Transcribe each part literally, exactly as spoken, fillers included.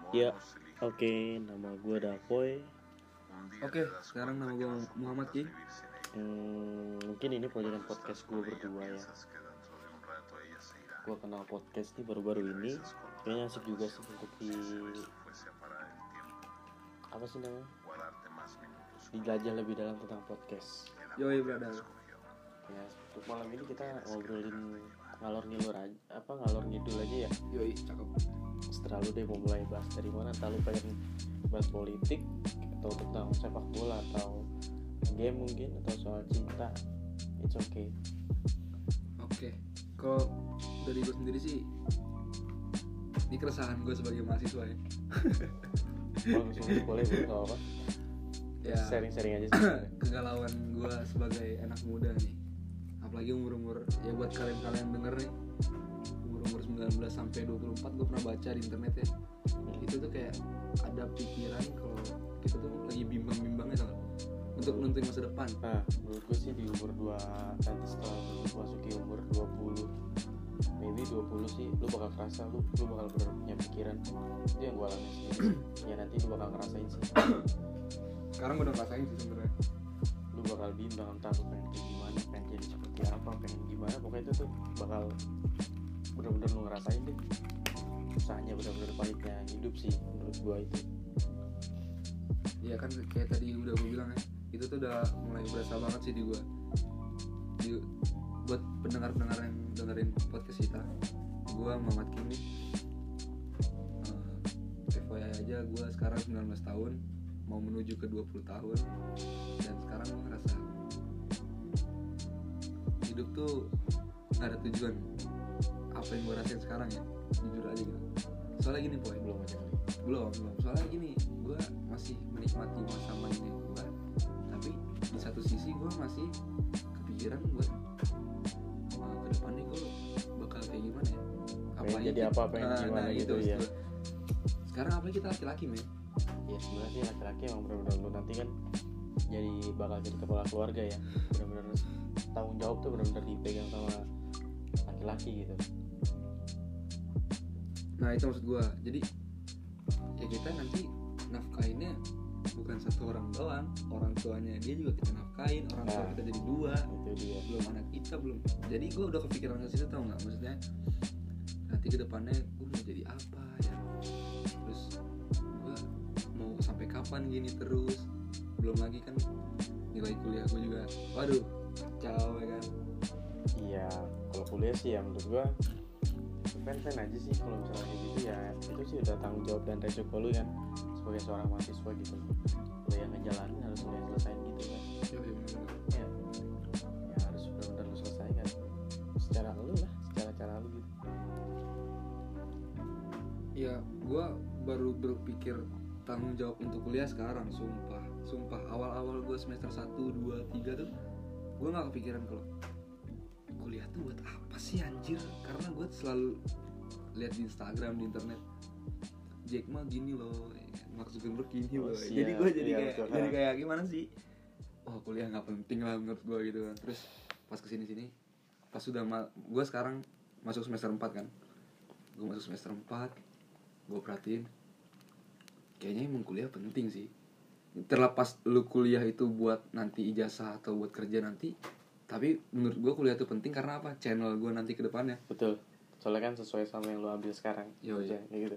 Ya, oke, nama gue Dapoy. Oke, sekarang nama gue Muhammad Ki. Hmm, mungkin ini proyekan podcast gue berdua ya. Gue kenal podcast ini baru-baru ini. Kayaknya asik juga sih untuk di apa sih namanya? Dijajah lebih dalam tentang podcast. Yoi brother. Ya, untuk malam ini kita ngobrolin ngalor ngidul aja, apa ngalor ngidul aja ya. Yoi, cakep. Setelah lu deh mau mulai bahas dari mana? Entah lu pengen bahas politik atau tentang sepak bola atau game mungkin atau soal cinta, it's okay. Oke, kalau dari gue sendiri sih, ini keresahan gue sebagai mahasiswa ya. Bagus, bagus, boleh, boleh, gak apa-apa. Ya, Sharing-sharing aja sih. kegalauan gue sebagai anak muda nih, apalagi umur-umur ya buat kalian-kalian denger nih, umur-umur sembilan belas sampai dua puluh empat gue pernah baca di internet ya. Itu tuh kayak ada pikiran kalau kita tuh lagi bimbang-bimbangnya tau, untuk nentuin masa depan. Nah, menurut gue sih di umur dua, nanti setelah lu masuki umur dua puluh, maybe dua puluh sih, lu bakal kerasa, lu, lu bakal bener punya pikiran. Itu yang gue alami sendiri. Ya nanti lu bakal ngerasain sih. Sekarang gue udah ngerasain sih sebenarnya. Lu bakal bimbang entah lu pengen kayak gimana, pengen jadi seperti apa, pengen gimana. Pokoknya itu tuh bakal bener-bener lu ngerasain deh. Usahanya bener-bener pahitnya hidup sih menurut gue itu. Iya kan kayak tadi udah gue bilang ya, itu tuh udah mulai berasa banget sih di gue. Di, buat pendengar-pendengar yang dengerin podcast kita, gue Muhammad Kimi. uh, F Y I aja, gue sekarang sembilan belas tahun, mau menuju ke dua puluh tahun. Dan sekarang gue ngerasa hidup tuh gak ada tujuan. Apa yang gue rasain sekarang ya, jujur aja gitu. Soalnya gini Poy, Belum aja kali. belum belum soalnya gini, gue masih menikmati masa mainnya gue, tapi di satu sisi gue masih kepikiran buat uh, ke depannya gue bakal kayak gimana ya, Pengen jadi apa, pengen nah, gimana nah, gitu ya. Sekarang apalagi kita laki-laki men. Ya sebenarnya sih laki-laki emang benar-benar lu nanti kan jadi bakal jadi kepala keluarga ya, benar-benar tanggung jawab tuh benar-benar dipegang sama laki-laki gitu. Nah itu maksud gue, jadi ya kita nanti nafkahinnya bukan satu orang doang, orang tuanya dia juga kita nafkahin, orang tua Nah, kita jadi dua, itu dia. belum anak kita belum. Jadi gue udah kepikiran ke situ tau nggak, maksudnya nanti ke depannya gue mau jadi apa ya, terus gue mau sampai kapan gini terus, belum lagi kan nilai kuliah gue juga, waduh kacau ya kan. Iya, kalau kuliah sih ya menurut gua fan-fan aja sih kalau misalnya kayak gitu ya. Itu sih udah tanggung jawab dan resiko lu kan sebagai seorang mahasiswa gitu. Lu yang ngejalanin harus lu yang selesain gitu kan. Ya, ya bener-bener. Ya, ya harus benar-benar lu selesaikan secara lu lah, secara cara lu gitu. Ya gue baru berpikir tanggung jawab untuk kuliah sekarang, sumpah sumpah awal-awal gue semester satu, dua, tiga tuh gue gak kepikiran kalau kuliah tuh buat apa sih anjir, karena gue selalu lihat di Instagram, di internet, Jack Ma gini loh, Mark Zuckerberg gini loh. Oh, siap. Jadi gue jadi Iya, kayak betul. jadi kayak gimana sih, oh kuliah nggak penting lah menurut gue gitu kan. Terus pas kesini sini, pas sudah ma- gue sekarang masuk semester empat kan, gue masuk semester empat, gue perhatiin kayaknya emang kuliah penting sih. Terlepas lu kuliah itu buat nanti ijazah atau buat kerja nanti, tapi menurut gue kuliah itu penting karena apa, channel gue nanti ke depannya. Betul. Soalnya kan sesuai sama yang lu ambil sekarang. Yo, Aja, kayak gitu.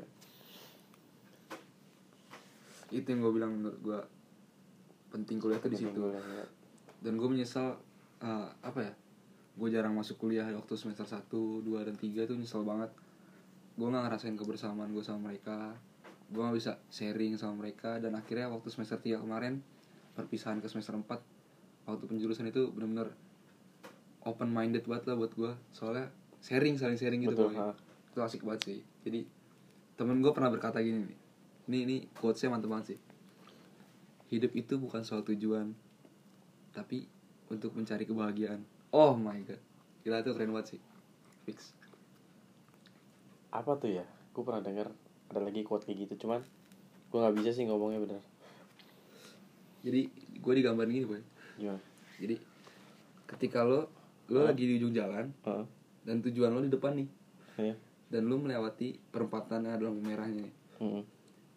Itu yang gue bilang, menurut gue penting kuliah tuh di Penting situ. kuliah, ya. Dan gue menyesal uh, apa ya, gue jarang masuk kuliah waktu semester satu, dua, dan tiga tuh nyesel banget. Gue gak ngerasain kebersamaan gue sama mereka, gue gak bisa sharing sama mereka. Dan akhirnya waktu semester tiga kemarin, perpisahan ke semester empat, waktu penjurusan itu benar-benar open minded banget lah buat gue. Soalnya sharing, saling sharing gitu. Betul, Boy. ha. Itu asik banget sih. Jadi temen gue pernah berkata gini nih, Ini, ini quotes-nya mantep banget sih. Hidup itu bukan soal tujuan, tapi untuk mencari kebahagiaan. Oh my god, gila tuh keren banget sih. Fix. Apa tuh ya? Gue pernah dengar ada lagi quote kayak gitu, cuman gue nggak bisa sih ngomongnya bener. Jadi gue digambarin gini boy. Gimana? Jadi ketika lo lo uh. lagi di ujung jalan, uh. dan tujuan lo di depan nih, yeah. dan lo melewati perempatan yang ada lampu merahnya nih. Mm-hmm.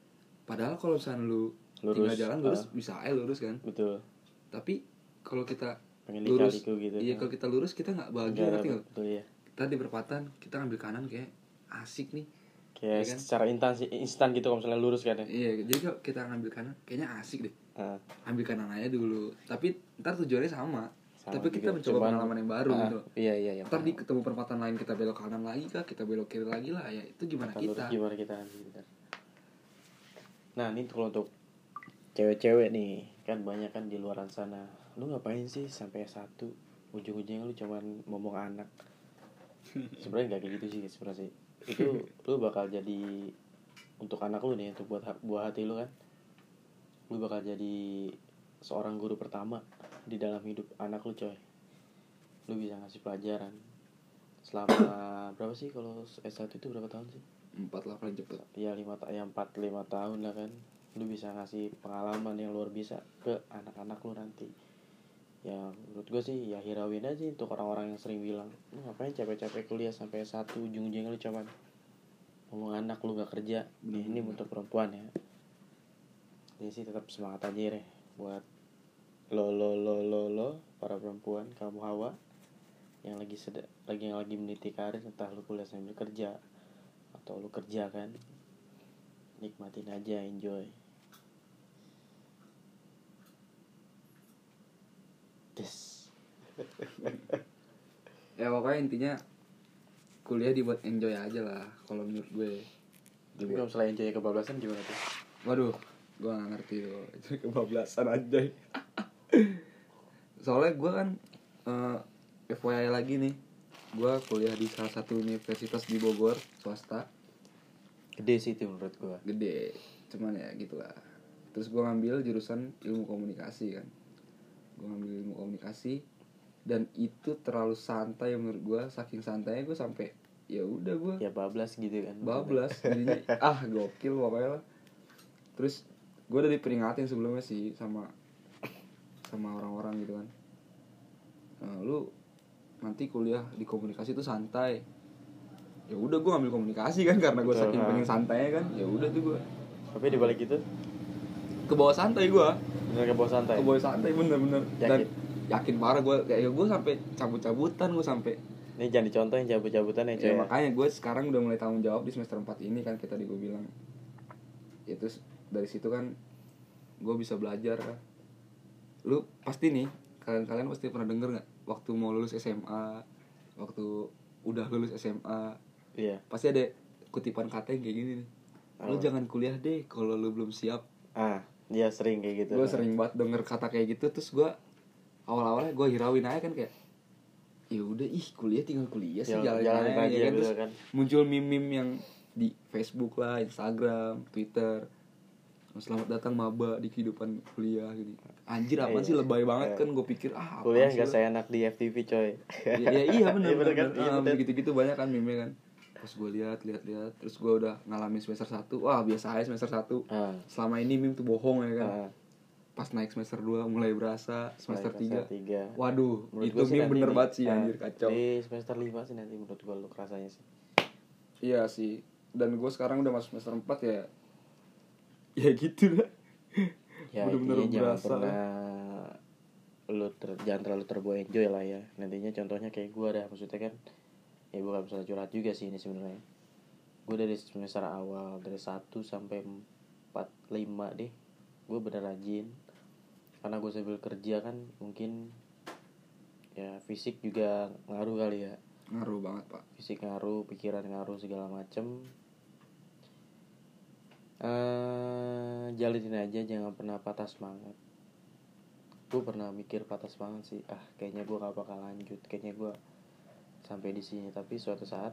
Padahal kalau misalnya lu Lurus, tinggal jalan lurus ah. bisa aja lurus kan. Betul. Tapi kalau kita Pengen lurus lika-liku gitu iya kan. kalau kita lurus kita nggak bahagia Enggak, ngerti nggak? betul ya. Kita di perempatan kita ngambil kanan kayak asik nih. Kayak Iya kan? secara instan instan gitu kalau misalnya lurus kan ya. Iya, jadi kalau kita ngambil kanan kayaknya asik deh. Ah. Ambil kanan aja dulu. Tapi ntar tujuannya sama. Sama Tapi kita juga. mencoba Cuman, pengalaman yang baru ah, gitu. Iya iya iya. Ntar di ketemu perempatan lain kita belok kanan lagi kah, kita belok kiri lagi lah ya. Itu gimana Kita lurus kita? gimana kita nanti benar. Nah, ini kalau untuk cewek-cewek nih, kan banyak kan di luaran sana. Lu ngapain sih sampai S satu? Ujung-ujungnya lu cuman ngomong anak. Sebenarnya enggak kayak gitu sih sebenarnya sih. Itu lu bakal jadi untuk anak lu nih, untuk buat buah hati lu kan. Lu bakal jadi seorang guru pertama di dalam hidup anak lu, coy. Lu bisa ngasih pelajaran selama berapa sih kalau S satu itu berapa tahun sih? Empat lah paling cepet. Ya lima ta- ya empat lima tahun lah kan. Lu bisa ngasih pengalaman yang luar biasa ke anak-anak lu nanti. Ya menurut gue sih ya hirauin aja untuk orang-orang yang sering bilang, lu ngapain capek-capek kuliah sampai S satu, ujung-ujungnya lu cuman ngomong anak lu gak kerja. Ya, ini untuk perempuan ya. Jadi sih tetap semangat aja deh buat lo lo lo lo lo para perempuan, kamu Hawa yang lagi sedang lagi yang lagi meniti karir, entah lu kuliah sambil kerja atau lu kerja kan, nikmatin aja, enjoy. Yes. Ya pokoknya intinya kuliah dibuat enjoy aja lah kalau menurut gue. Tapi kalau misalnya enjoy kebablasan gimana tuh? Waduh, gue gak ngerti tuh. Itu kebablasan aja. Soalnya gue kan uh, F Y I lagi nih, gue kuliah di salah satu universitas di Bogor, swasta. Gede sih itu menurut gue. Gede, cuman ya gitulah. Terus gue ngambil jurusan ilmu komunikasi kan. Gue ngambil ilmu komunikasi dan itu terlalu santai menurut gue. Saking santainya gue sampai ya udah gue ya bablas gitu kan. bablas jadinya. Ah gokil pokoknya lah. Terus gue udah diperingatin sebelumnya sih sama sama orang-orang gitu kan. Nah, lu nanti kuliah di komunikasi itu santai. Ya udah gue ngambil komunikasi kan karena gue Betul, saking kan. pengen santainya kan. Ya udah tuh gue Tapi di balik itu ke bawah santai gue. bener ke bawah santai. Ke bawah santai bener-bener. Dan Yakin? yakin parah gue kayak ya gue sampai cabut-cabutan gue sampai. Ini jangan dicontohin cabut-cabutan ya, coy. Ya, makanya gue sekarang udah mulai tanggung jawab di semester empat ini kan kayak tadi gue bilang. Ya terus dari situ kan gue bisa belajar kan. Lu pasti nih kalian-kalian pasti pernah denger nggak waktu mau lulus S M A, waktu udah lulus S M A, Iya. pasti ada kutipan kata yang kayak gini nih. Lu Apa? jangan kuliah deh kalau lu belum siap. Ah, dia sering kayak gitu. Gue kan. sering banget denger kata kayak gitu. Terus gue awal-awalnya gue hirauin aja kan kayak ya udah ih kuliah tinggal kuliah sih Jalan- jalan jalanin aja aja ya kan. gitu Terus kan. muncul meme-meme yang di Facebook lah, Instagram, Twitter. Selamat datang maba di kehidupan kuliah gitu. Anjir apaan Iya. sih lebay banget Iya. kan gue pikir ah apaan Kuliah sih nggak lu? seenak di F T V, coy. Ya, ya iya benar Iya, bener kan? benar Iya, ah, bener. gitu-gitu banyak kan meme kan. Terus gue lihat lihat lihat terus gue udah ngalamin semester satu. Wah biasa aja semester satu. Ah. Selama ini meme tuh bohong ya kan. Ah. Pas naik semester dua mulai berasa semester tiga. tiga. Waduh Menurut itu gua sih meme nanti bener nih, banget sih ah, anjir kacau. Di semester lima sih nanti menurut gua lu kerasanya sih. Iya sih. Dan gue sekarang udah masuk semester empat ya. Ya gitu lah. Ya Bener-bener intinya jangan berasa. pernah lu ter- jangan terlalu terbawa enjoy lah ya. Nantinya contohnya kayak gua dah, maksudnya kan ya gua gak bisa curhat juga sih ini sebenarnya. Gua dari semester awal dari satu sampai empat lima deh. Gua bener rajin. Karena gue sambil kerja kan mungkin ya fisik juga ngaruh kali ya. Ngaruh banget pak. Fisik ngaruh, pikiran ngaruh, segala macem. Uh, jalanin aja, jangan pernah patah semangat. Gue pernah mikir patah semangat sih, ah kayaknya gue gak bakal lanjut, kayaknya gue sampai di sini. Tapi suatu saat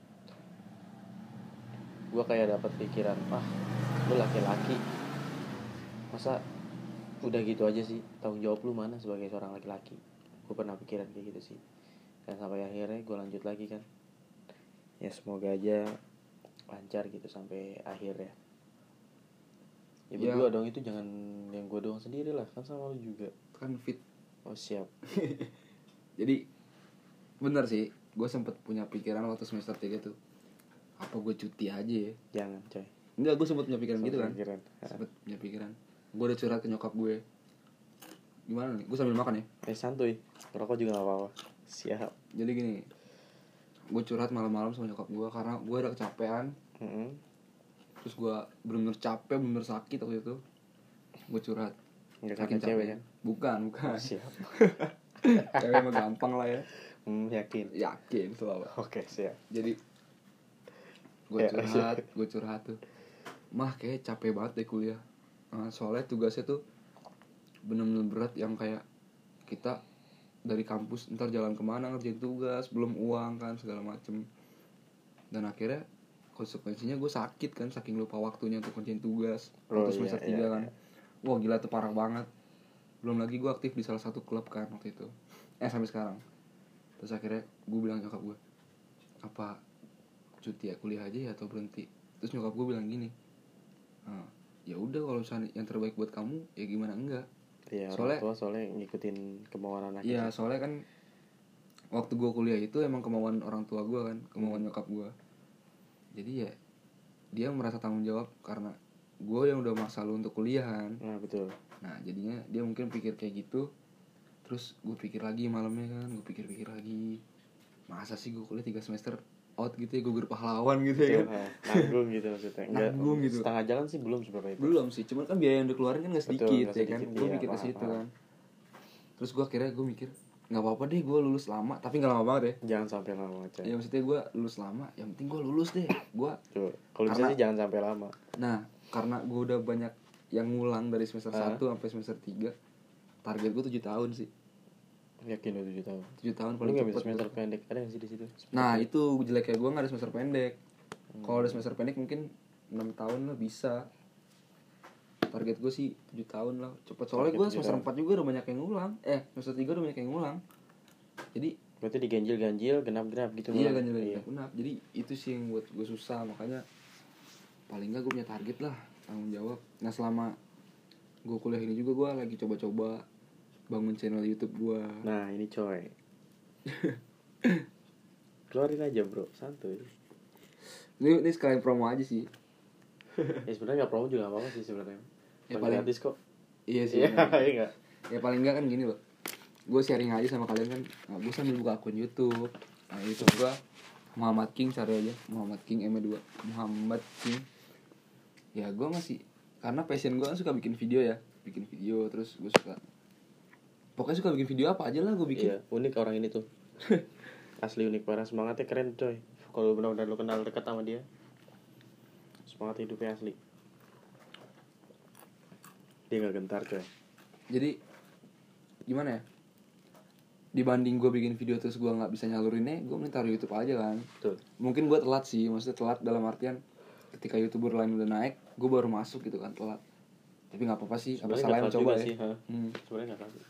gue kayak dapat pikiran, ah lu laki-laki, masa udah gitu aja sih, tanggung jawab lu mana sebagai seorang laki-laki. Gue pernah pikiran kayak gitu sih. Dan sampai akhirnya gue lanjut lagi kan. Ya semoga aja lancar gitu sampai akhir ya. Ya Ya. berdua dong, itu jangan yang gue doang sendiri lah, kan sama lu juga. Kan fit. Oh siap. Jadi bener sih gue sempet punya pikiran waktu semester tiga tuh apa gue cuti aja ya. Jangan coy. Enggak, gue sempet punya pikiran gitu kan. Pikiran. Sempet punya pikiran. Gue udah curhat ke nyokap gue. Gimana nih? Gue sambil makan ya. Eh santuy, rokok juga gak apa-apa. Siap. Jadi gini, gue curhat malam-malam sama nyokap gue karena gue ada kecapean. Mm-hmm. Terus gue bener-bener capek, bener-bener sakit waktu itu. Gue curhat. Nggak Saking karena cewek capeknya. kan? Bukan, bukan. Siap. Cewek mah gampang lah ya. Hmm, yakin. Yakin selalu. Oke, siap. Jadi gue Ya, curhat, gue curhat tuh. Mah kayak capek banget deh kuliah. Nah, soalnya tugasnya tuh bener-bener berat yang kayak kita dari kampus ntar jalan kemana ngerjain tugas, belum uang kan segala macem. Dan akhirnya konsekuensinya gue sakit kan saking lupa waktunya untuk ngerjain tugas. Oh, Waktu semester iya, tiga iya, kan. iya. Wah gila tuh parah banget. Belum lagi gue aktif di salah satu klub kan waktu itu. Eh sampai sekarang. Terus akhirnya gue bilang nyokap gue, apa cuti ya kuliah aja ya atau berhenti? Terus nyokap gue bilang gini, ah, ya udah kalau misalnya yang terbaik buat kamu ya gimana enggak. Iya, Soalnya- orang tua soalnya ngikutin kemauan anak. Iya soalnya kan waktu gue kuliah itu emang kemauan orang tua gue kan, kemauan nyokap gue. Jadi ya dia merasa tanggung jawab karena gue yang udah maksa lu untuk kuliah kan. Nah, betul. Nah jadinya dia mungkin pikir kayak gitu. Terus gue pikir lagi malamnya kan, gue pikir-pikir lagi, masa sih gue kuliah tiga semester out gitu ya, gue berpahlawan gitu ya Betul, kan. ha. Nanggung gitu maksudnya. Enggak, Nanggung gitu. Setengah jalan sih belum sebenarnya itu. Belum sih, cuman kan biaya yang dikeluarin kan gak Betul, sedikit nggak ya kan. sedikit, Gue iya, mikir ke paham, situ paham. kan. Terus gue akhirnya gue mikir nggak apa-apa deh gue lulus lama, tapi nggak lama banget ya. Jangan sampai lama aja. Ya maksudnya gue lulus lama, yang penting gue lulus deh. Gue Tuh, kalau bisa Karena- sih jangan sampai lama. nah karena gue udah banyak yang ngulang dari semester Ah. satu sampai semester tiga, target gue tujuh tahun sih. Yakin udah tujuh tahun. tujuh tahun Lu paling nggak bisa cepet. semester pendek, ada nggak sih di situ? Nah itu jeleknya gue nggak ada semester pendek. Hmm. Kalau ada semester pendek mungkin enam tahun lah bisa. Target gue sih tujuh tahun lah cepet. Soalnya Target gue tujuh semester tahun. empat juga udah banyak yang ngulang. Eh semester tiga udah banyak yang ngulang. Jadi Berarti diganjil-ganjil, genap-genap gitu. iya Bang. kan jadi Iya. genap. Jadi itu sih yang buat gue susah. Makanya paling nggak gue punya target lah, tanggung jawab. Nah selama gue kuliah ini juga gue lagi coba-coba bangun channel YouTube gue. Nah, ini coy. Keluarin aja, Bro. Santuy. Ini, ini sekalian promo aja sih. Ya sebenarnya nggak promo juga nggak apa-apa sih sebenarnya. Ya, Ya, paling- gratis kok. Iya sih. Iya, iya enggak. Ya paling enggak kan gini loh, gue sharing aja sama kalian kan. Nah, gue sambil buka akun YouTube. Nah YouTube gue Muhammad King, cari aja Muhammad King M dua Muhammad King. Ya gue masih, karena passion gue kan suka bikin video ya, bikin video. Terus gue suka, pokoknya suka bikin video apa aja lah gue bikin. Iya, unik orang ini tuh. Asli unik parah, semangatnya keren coy. Kalau benar-benar lu kenal dekat sama dia, semangat hidupnya asli. Dia nggak gentar coy. Jadi gimana ya, dibanding gue bikin video terus gue nggak bisa nyalurinnya, gue mending taruh YouTube aja kan. Betul. Mungkin gue telat sih, maksudnya telat dalam artian ketika YouTuber lain udah naik, gue baru masuk gitu kan, telat. Tapi nggak apa-apa sih, apa Sebenarnya salahnya nggak telat mencoba juga ya. sih, ha. Hmm. Sebenarnya nggak tahu.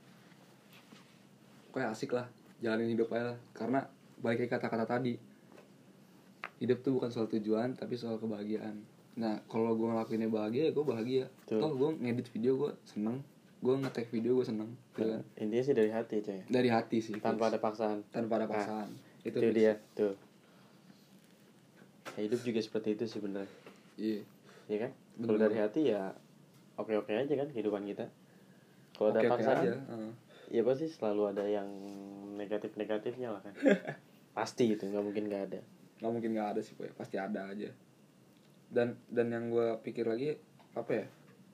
Kayak asik lah, jalanin hidup aja lah. Karena balik ke kata-kata tadi, hidup tuh bukan soal tujuan tapi soal kebahagiaan. Nah kalau gue ngelakuinnya bahagia ya gue bahagia. Betul. Toh gue ngedit video gue seneng, gue nge-tag video gue seneng gitu kan. Intinya sih dari hati coy. Dari hati sih, Tanpa fix. ada paksaan. tanpa ada paksaan. Itu, fix. dia tuh. Ya, hidup juga seperti itu sih bener. Iya. Iya kan? Kalau Bener. dari hati ya oke-oke aja kan kehidupan kita. Kalau ada Oke-oke paksaan, aja, heeh. ya pasti selalu ada yang negatif-negatifnya lah kan. Pasti itu, nggak mungkin nggak ada. Nggak mungkin nggak ada sih, Boy. Pasti ada aja. Dan dan yang gue pikir lagi apa ya?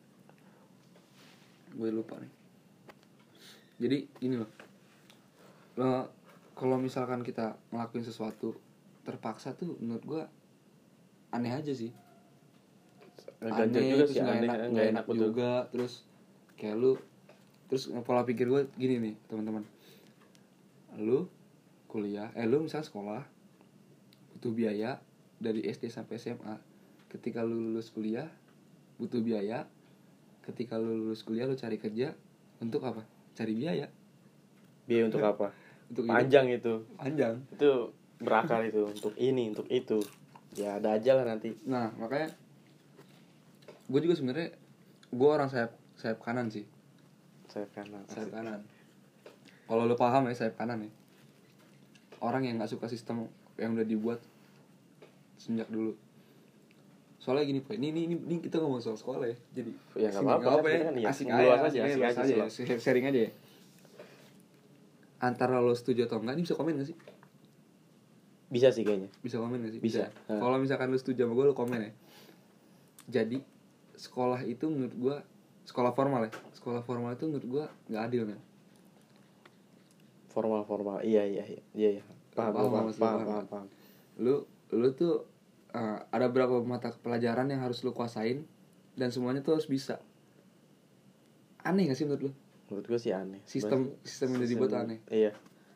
Gue lupa nih. Jadi ini loh. Lo kalau misalkan kita ngelakuin sesuatu terpaksa tuh menurut gue aneh aja sih. Ganjel Aneh, juga terus sih, nggak aneh, enak, nggak nggak enak enak betul. juga. Terus kayak lu, terus pola pikir gue gini nih teman-teman. Lu kuliah, eh lu misalnya sekolah butuh biaya dari S D sampai S M A. Ketika lu lulus kuliah butuh biaya. Ketika lu lulus kuliah lu cari kerja untuk apa? Cari biaya. Biaya untuk apa? Untuk hidup. Panjang itu. Panjang. Itu berakar itu untuk ini, untuk itu. Ya ada aja lah nanti. Nah makanya gue juga sebenarnya gue orang sayap sayap kanan sih. Sayap kanan. Sayap kanan. Kalau lu paham ya sayap kanan ya. Orang yang nggak suka sistem yang udah dibuat sejak dulu. soalnya gini Pak, ini, ini ini kita ngomong soal sekolah ya, jadi ya nggak sini, apa-apa, nggak apa ya, kan, ya, asik luas aja, aja, asik asik aja, aja, aja ya, slow. sharing aja ya. Antara lo setuju atau enggak, ini bisa komen gak sih? Bisa sih kayaknya. Bisa komen gak sih? Bisa. Bisa. Kalau misalkan lo setuju sama gue, lo komen ya. Jadi sekolah itu menurut gue, sekolah formal ya, sekolah formal itu menurut gue nggak adil kan. Formal formal, iya iya iya iya, iya. Paham, Paham, paham, paham, paham, paham. paham, paham. Lu lu tuh uh, ada berapa mata pelajaran yang harus lu kuasain dan semuanya tuh harus bisa. Aneh gak sih menurut lu? Menurut gue sih aneh. Sistem Mas, sistem yang dibuat aneh. Iya.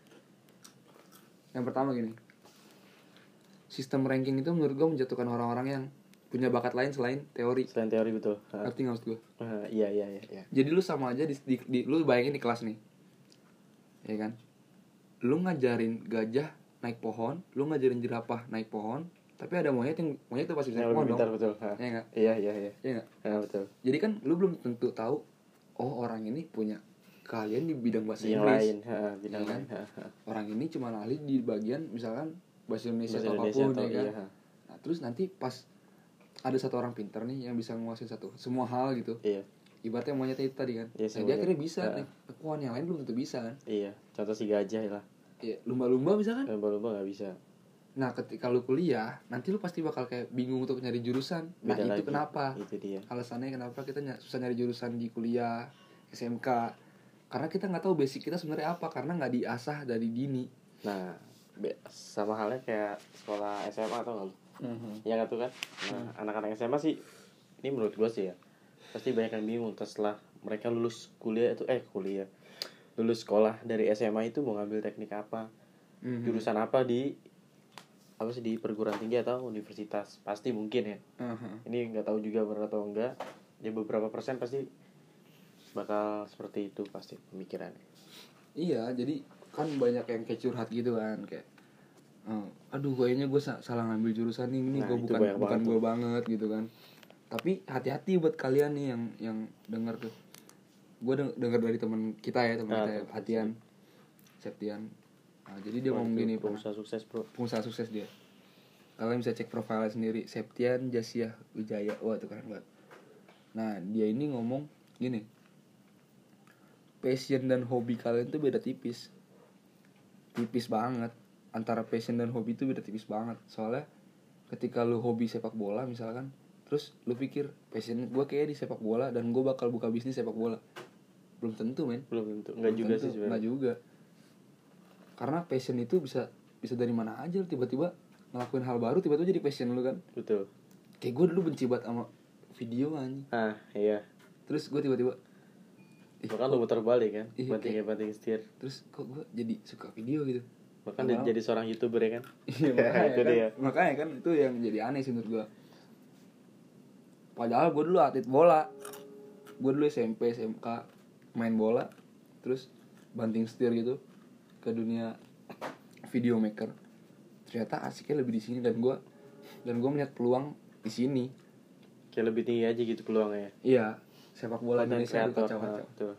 Yang pertama gini, sistem ranking itu menurut gue menjatuhkan orang-orang yang punya bakat lain selain teori. Selain teori betul. Ngerti nggak maksud gue? Uh, iya iya iya. iya. Jadi lu sama aja di, di, di lu bayangin di kelas nih, ya kan? Lu ngajarin gajah naik pohon, lu ngajarin jerapah naik pohon, tapi ada monyet yang monyet itu pasti bisa naik pohon dong. Betul. Iya nggak? Iya iya iya. Iya nggak? Ya, betul. Jadi kan lu belum tentu tahu, oh orang ini punya keahlian di bidang bahasa yang Inggris. lain, ha, bidang Ya kan? lain. Ha, ha. Orang ini cuma ahli di bagian misalkan bahasa Indonesia Bahasa atau Indonesia apapun atau ya kan. iya, ha. Nah, terus nanti pas ada satu orang pintar nih yang bisa menguasai satu semua hal gitu. Iya. Ibaratnya monyetnya itu tadi kan. Iya, nah, dia akhirnya bisa ha. nih. Wah, yang lain belum tentu bisa kan. Iya, contoh si gajah lah. Iya, lumba-lumba bisa kan? Lumba-lumba nggak bisa. Nah, ketika lu kuliah, nanti lu pasti bakal kayak bingung untuk nyari jurusan. Nah, Beda itu lagi. kenapa? Itu dia. Alasannya kenapa kita ny- susah nyari jurusan di kuliah, S M K. Karena kita nggak tahu basic kita sebenarnya apa, karena nggak diasah dari dini. Nah, be- sama halnya kayak sekolah S M A atau nggak lu? Mm-hmm. Ya nggak tuh kan? Nah, anak-anak S M A sih, ini menurut gua sih ya, pasti banyak yang bingung setelah mereka lulus kuliah itu eh kuliah, lulus sekolah dari S M A itu mau ngambil teknik apa, Mm-hmm. jurusan apa di apa sih di perguruan tinggi atau universitas, pasti mungkin ya. Uh-huh. Ini nggak tahu juga benar atau enggak, ya beberapa persen pasti bakal seperti itu pasti pemikirannya. Iya, jadi kan banyak yang kayak curhat gitu kan, kayak oh, aduh kayaknya gue sa- salah ngambil jurusan ini, ini Nah, gue itu bukan banyak bukan banget gue tuh. banget gitu kan. Tapi hati-hati buat kalian nih yang yang dengar tuh. Gue deng- dengar dari teman kita ya, teman Nah, kita ya, tuh, Hatian, Septian. Nah, jadi dia Wah, ngomong itu gini, Pak. pengusaha sukses bro. Pengusaha sukses dia. Kalian bisa cek profilnya sendiri, Septian Jasiah Wijaya. Wah, itu keren banget. Nah, dia ini ngomong gini. Passion dan hobi kalian tuh beda tipis. Tipis banget. Antara passion dan hobi itu beda tipis banget. Soalnya ketika lu hobi sepak bola misalkan, terus lu pikir passion gue kayak di sepak bola dan gue bakal buka bisnis sepak bola. Belum tentu, men. Belum tentu, nggak juga sih sebenarnya. Nggak juga. Karena passion itu bisa bisa dari mana aja, tiba-tiba ngelakuin hal baru tiba-tiba jadi passion lu kan. Betul. Kayak gue dulu benci banget sama video anjing. Ah iya. Terus gue tiba-tiba ih, Bahkan lu muter balik kan, Iya, banting kayak- banting setir. terus kok gue jadi suka video gitu. Bahkan Lama-lama. jadi seorang youtuber ya kan. Iya, makanya Itu kan, dia. makanya kan itu yang jadi aneh sih menurut gue. Padahal gue dulu atlet bola, gue dulu S M P S M K main bola, terus banting setir gitu ke dunia video maker. Ternyata asiknya lebih di sini dan gue dan gue melihat peluang di sini. Kayak lebih tinggi aja gitu peluangnya. Iya, sepak bola Content Indonesia itu creator, kacau-kacau. ah, betul.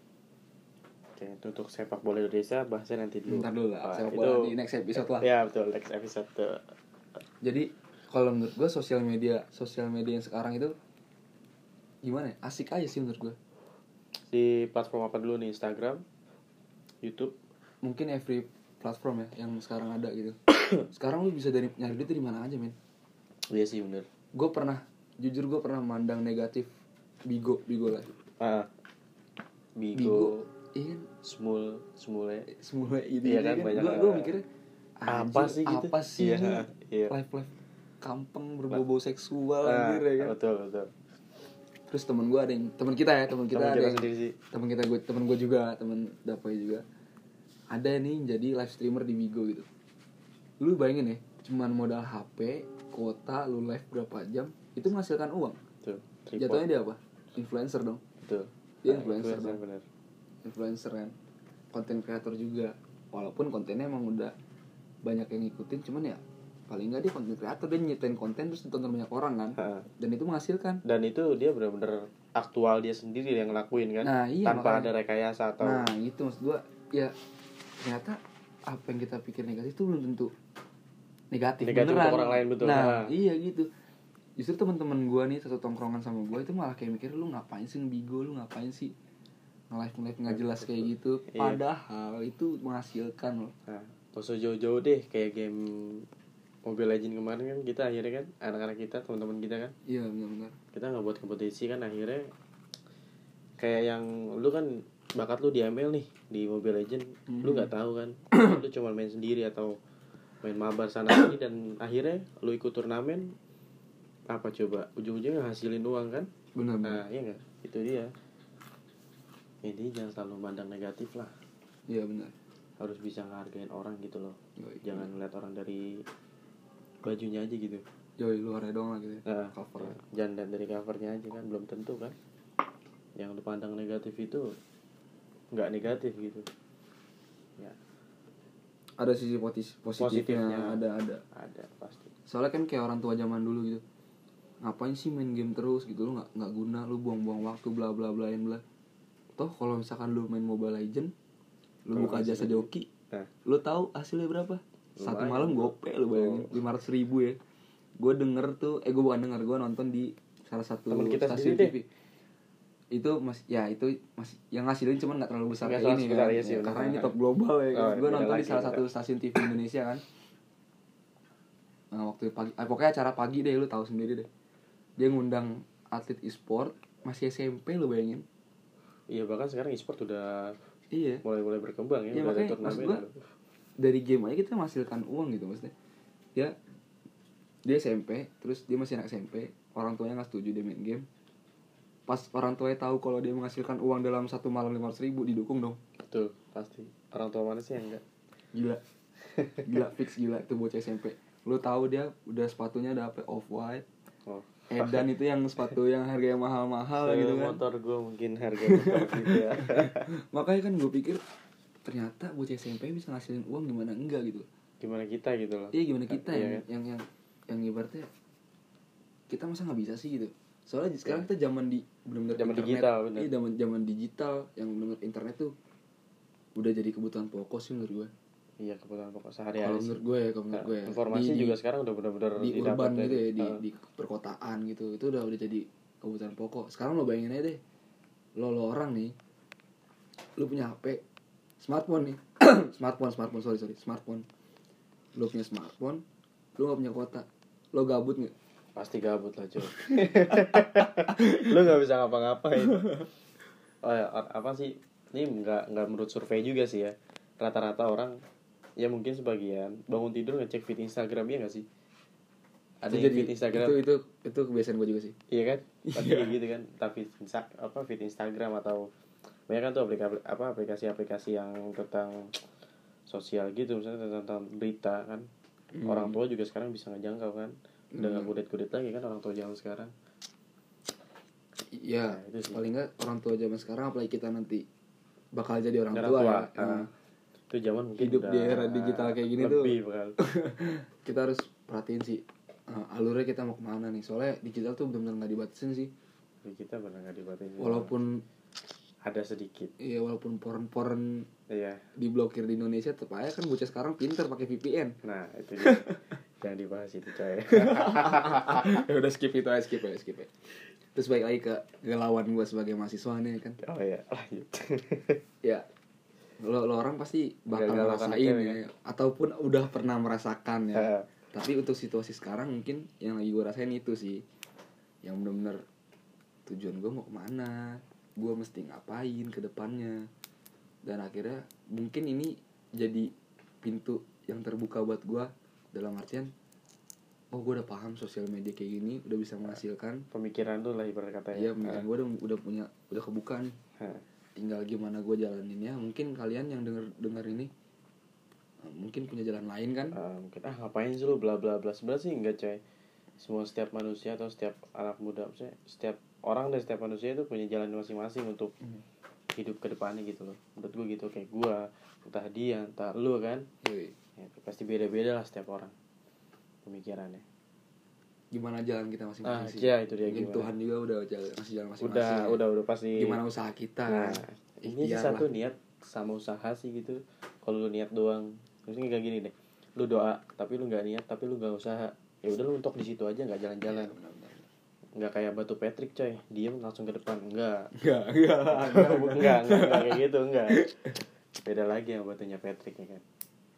Oke, untuk sepak bola Indonesia bahasnya nanti dulu. Bentar dulu lah, Wah, sepak itu- bola di next episode lah. Ya betul, next episode tuh. Jadi kalau menurut gue sosial media sosial media yang sekarang itu gimana ya? Asik aja sih menurut gue. Di platform apa dulu nih? Instagram, YouTube. Mungkin every platform ya yang sekarang ada gitu. Sekarang lu bisa dari nyari duit dari mana aja, men. Iya sih bener. Gue pernah jujur gue pernah mandang negatif Bigo Bigo lah. Ah, Bigo, Bigo, iya kan Smul, Smule. semua ini Iya kan, banyak, gue gue uh, mikirnya apa anjir, sih gitu? apa sih Iya, ini? iya. live live kampung berbau seksual Ah, anjir ya kan. betul betul. Terus temen gue ada yang temen kita ya temen kita Temen ada kita yang, sendiri sih. temen kita gue temen gue juga temen Dapoy juga ada nih jadi live streamer di Bigo gitu. Lu bayangin ya, cuman modal H P, kuota, lu live berapa jam itu menghasilkan uang. Tuh, tripod. Jatuhnya dia apa? Influencer dong. Betul. Dia Nah, influencer dong. bener. Influencer kan, konten kreator juga. Walaupun kontennya emang udah banyak yang ngikutin, cuman ya paling nggak dia konten kreator, dia nyiptain konten terus ditonton banyak orang kan. Ha. Dan itu menghasilkan. Dan itu dia benar-benar aktual dia sendiri yang ngelakuin kan. Nah, iya, tanpa makanya. ada rekayasa atau Nah itu maksud gua, ya ternyata apa yang kita pikir negatif itu belum tentu negatif, Negatif beneran. untuk orang lain, betul. Nah Nah. iya gitu. justru teman-teman gue nih satu tongkrongan sama gue itu malah kayak mikir lu ngapain sih bigo, lu ngapain sih nge-live nge-live nggak jelas kayak gitu. Padahal iya. Itu menghasilkan loh. Nah, gak usah jauh-jauh deh kayak game Mobile Legends kemarin kan kita akhirnya kan anak-anak kita teman-teman kita kan. Iya benar-benar. Kita nggak buat kompetisi kan akhirnya kayak yang lu kan bakat lu di M L nih di Mobile Legends, mm-hmm. lu nggak tahu kan, lu cuma main sendiri atau main mabar sana sini dan akhirnya lu ikut turnamen apa coba ujung-ujungnya ngasilin uang kan. Benar. Nah iya nggak, itu dia. Jadi jangan selalu mandang negatif lah. Iya benar. Harus bisa ngehargain orang gitu loh. Yoi, jangan bener. Lihat orang dari bajunya aja gitu. Yoi, luarnya doang lah gitu ya. Nah, cover. Ya, jangan lihat dari covernya aja kan, belum tentu kan. Yang lu pandang negatif itu nggak negatif gitu. Ya. Ada sisi positif, positifnya, positifnya ada ada. Ada pasti. Soalnya kan kayak orang tua zaman dulu gitu. Ngapain sih main game terus gitu, lu nggak nggak guna, lu buang-buang waktu bla bla bla bla. Toh kalau misalkan lu main Mobile Legend, lu kalo buka jasa joki, nah. Lu tahu hasilnya berapa? Lumayan. Satu malam gope lu bayangin, lima ratus ribu ya. Gue denger tuh, eh gue bukan denger, gue nonton di salah satu stasiun T V. Itu mas, ya itu masih yang ngasilin cuman nggak terlalu besar kayak ini kan, ya, ya, karena ini top global ya. Oh, gue nonton di salah satu stasiun T V Indonesia kan. Nah waktu pagi, eh, pokoknya acara pagi deh, lu tahu sendiri deh. Dia ngundang atlet e-sport masih S M P lu bayangin. Iya bahkan sekarang e-sport udah iya. mulai-mulai berkembang ya, ya udah ada turnamen. Dari game aja kita menghasilkan uang gitu maksudnya. Ya dia S M P, terus dia masih anak S M P, orang tuanya nggak setuju dia main game. Pas orang tuanya tahu kalau dia menghasilkan uang dalam satu malam lima ratus ribu, didukung dong. Betul, pasti. Orang tua mana sih yang enggak? Gila. Gila fix gila itu bocah S M P. Lu tahu dia udah sepatunya udah apa Off-White. Oh. Edan itu yang sepatu yang harganya mahal-mahal gitu kan. Motor gue mungkin harganya gitu ya. Makanya kan gue pikir ternyata bocah S M P bisa ngasilin uang, gimana enggak gitu. Gimana kita gitu loh. Iya gimana kita yang, ya, yang yang yang ibaratnya kita masa nggak bisa sih gitu. Soalnya sekarang kita zaman di benar-benar zaman internet, digital bener. Iya zaman zaman digital yang benar internet tuh udah jadi kebutuhan pokok sih menurut gue. Iya kebutuhan pokok sehari-hari. Kalau menurut gue ya, kalau menurut gue ya. Informasi di, juga sekarang udah benar-benar di urban gitu ya, di, uh. di perkotaan gitu. Itu udah udah jadi kebutuhan pokok. Sekarang lo bayangin aja deh. Lo lo orang nih. Lo punya H P, smartphone nih. smartphone, smartphone, sorry, sorry, smartphone. Lo punya smartphone, lo gak punya kuota. Lo gabut gak? Pasti gabut lah cuy. Lo gak bisa ngapa-ngapain. Oh ya, apa sih? Ini gak, gak menurut survei juga sih ya. Rata-rata orang, ya mungkin sebagian bangun tidur ngecek feed Instagram, ya nggak sih? Ada yang feed Instagram. Itu itu itu kebiasaan gue juga sih. Iya kan? Pasti kayak gitu kan. Tapi apa feed Instagram atau banyak kan tuh aplikasi apa aplikasi-aplikasi yang tentang sosial gitu, misalnya tentang berita kan. Hmm. Orang tua juga sekarang bisa ngejangkau kan. Udah nggak hmm. kudet-kudet lagi kan orang tua zaman sekarang. Iya. Nah, paling nggak orang tua zaman sekarang, apalagi kita nanti bakal jadi orang, orang tua, tua ya. Uh. Itu zaman mungkin hidup di era digital kayak gini lebih tuh kita harus perhatiin sih uh, alurnya kita mau kemana nih, soalnya digital tuh benar-benar nggak dibatasin sih. Ya, kita benar nggak dibatasin walaupun ada sedikit, iya walaupun porn-porn iya diblokir di Indonesia, tetap aja kan bocah sekarang pinter pakai V P N. Nah itu dia. Jangan dibahas itu coy. Ya udah skip itu aja, skip aja skip aja. Terus balik lagi ke gelawan gue sebagai mahasiswa nih kan. Oh iya lanjut. Ya lo, lo orang pasti bakal ngerasain ya, ya, ataupun udah pernah merasakan ya. Tapi untuk situasi sekarang mungkin yang lagi gue rasain itu sih, yang benar-benar tujuan gue mau kemana, gue mesti ngapain ke depannya, dan akhirnya mungkin ini jadi pintu yang terbuka buat gue dalam artian, oh gue udah paham sosial media kayak gini, udah bisa menghasilkan pemikiran tuh lah ibarat katanya. Iya pemikiran gue udah udah punya udah kebuka nih. Tinggal gimana gue jalaninnya. Mungkin kalian yang denger denger ini uh, mungkin punya jalan lain kan? Uh, mungkin ah ngapain sih lu bla bla bla. Sebenarnya sih enggak coy. Semua setiap manusia atau setiap anak muda, maksudnya setiap orang dan setiap manusia itu punya jalan masing-masing untuk hmm. hidup ke depannya gitu loh. Menurut gue gitu, kayak gue, entah dia, entah lu kan. Yui. Ya, pasti beda-beda lah setiap orang pemikirannya. Gimana jalan kita masing-masing ah, sih. Ya itu dia gimana. Tuhan juga udah jalan, masih jalan masing-masing. Udah, ya. udah, udah pasti. Gimana usaha kita. Nah, ini sih satu niat sama usaha sih gitu. Kalau lu niat doang, maksudnya kayak gini deh. Lu doa, tapi lu enggak niat, tapi lu enggak usaha. Ya udah lu mentok di situ aja, enggak jalan-jalan. Ya, nggak kayak Batu Patrick coy, diem langsung ke depan. Enggak. Enggak, enggak, enggak, enggak, enggak, enggak kayak gitu, enggak. Beda lagi yang batunya Patrick ya kan.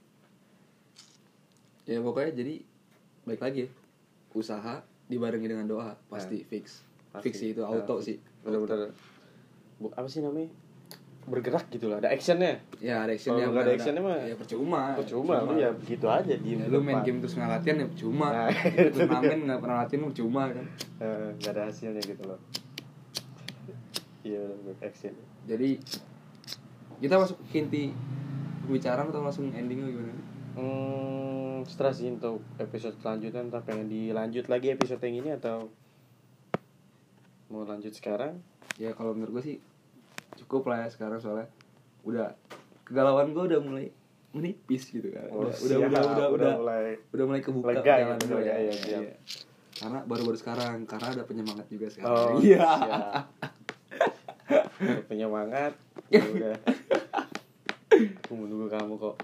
Ya pokoknya jadi baik lagi ya. Usaha dibarengi dengan doa pasti nah, fix. Pasti. Fix sih itu auto nah, sih. Benar-benar. Bu, apa sih namanya? Bergerak gitu lah, ada actionnya. Ya ada actionnya. Kalau nggak ada actionnya mah ya percuma. Percuma, percuma. Lu ya begitu aja diem. Ya, lu main game terus nggak latihan ya percuma. Nah, terus main nggak pernah latihan percuma kan. Nggak ada hasilnya gitu loh. Iya udah action. Jadi kita masuk ke inti pembicaraan atau langsung endingnya gimana? Hmm, setelah sih untuk episode selanjutnya, entah pengen dilanjut lagi episode yang ini atau mau lanjut sekarang? Ya kalau menurut gue sih cukup lah ya sekarang soalnya udah kegalauan gue udah mulai menipis gitu kan. Oh, udah, siap, udah, udah udah udah udah mulai udah mulai kebuka lega, jalan gitu, gue ya. ya, ya, ya. Karena baru-baru sekarang karena ada penyemangat juga sekarang. Oh, iya. Ada penyemangat. Ya udah. Aku menunggu kamu kok.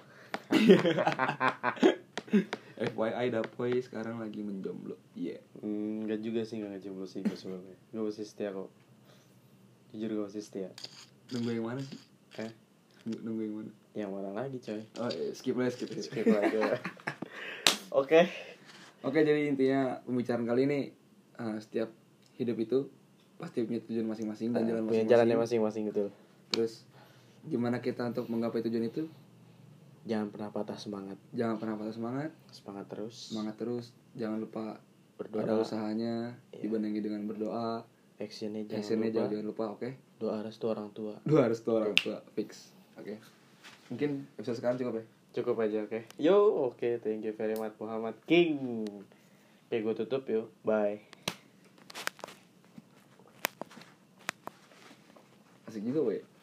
F Y I Dapoy sekarang lagi menjomblo. Iya. Yeah. Hmm, enggak juga sih, enggak ngejomblo sih gue sebelumnya. Gue masih setia kok. Jujur gue masih setia. Nunggu yang mana sih? Eh? Nunggu yang mana? Yang mana lagi coy? Oh eh, skip lah skip. Skip aja. Oke. Oke jadi intinya pembicaraan kali ini uh, setiap hidup itu pasti punya tujuan masing-masing dan uh, jalan masing-masing. Punya jalannya masing-masing betul. Terus gimana kita untuk menggapai tujuan itu? Jangan pernah patah semangat. Jangan pernah patah semangat. Semangat terus. Semangat terus. Jangan lupa berdoa. Ada usahanya yeah. Dibandingin dengan berdoa. Actionnya jangan Actionnya lupa. jangan lupa, oke? Okay? Doa restu orang tua. Doa restu orang tua, fix. Oke. Okay. Mungkin episode sekarang cukup ya? Cukup aja, oke. Okay. Yo, oke, okay, thank you very much Muhammad King. Oke, gue tutup yuk. Bye. Asik juga, weh.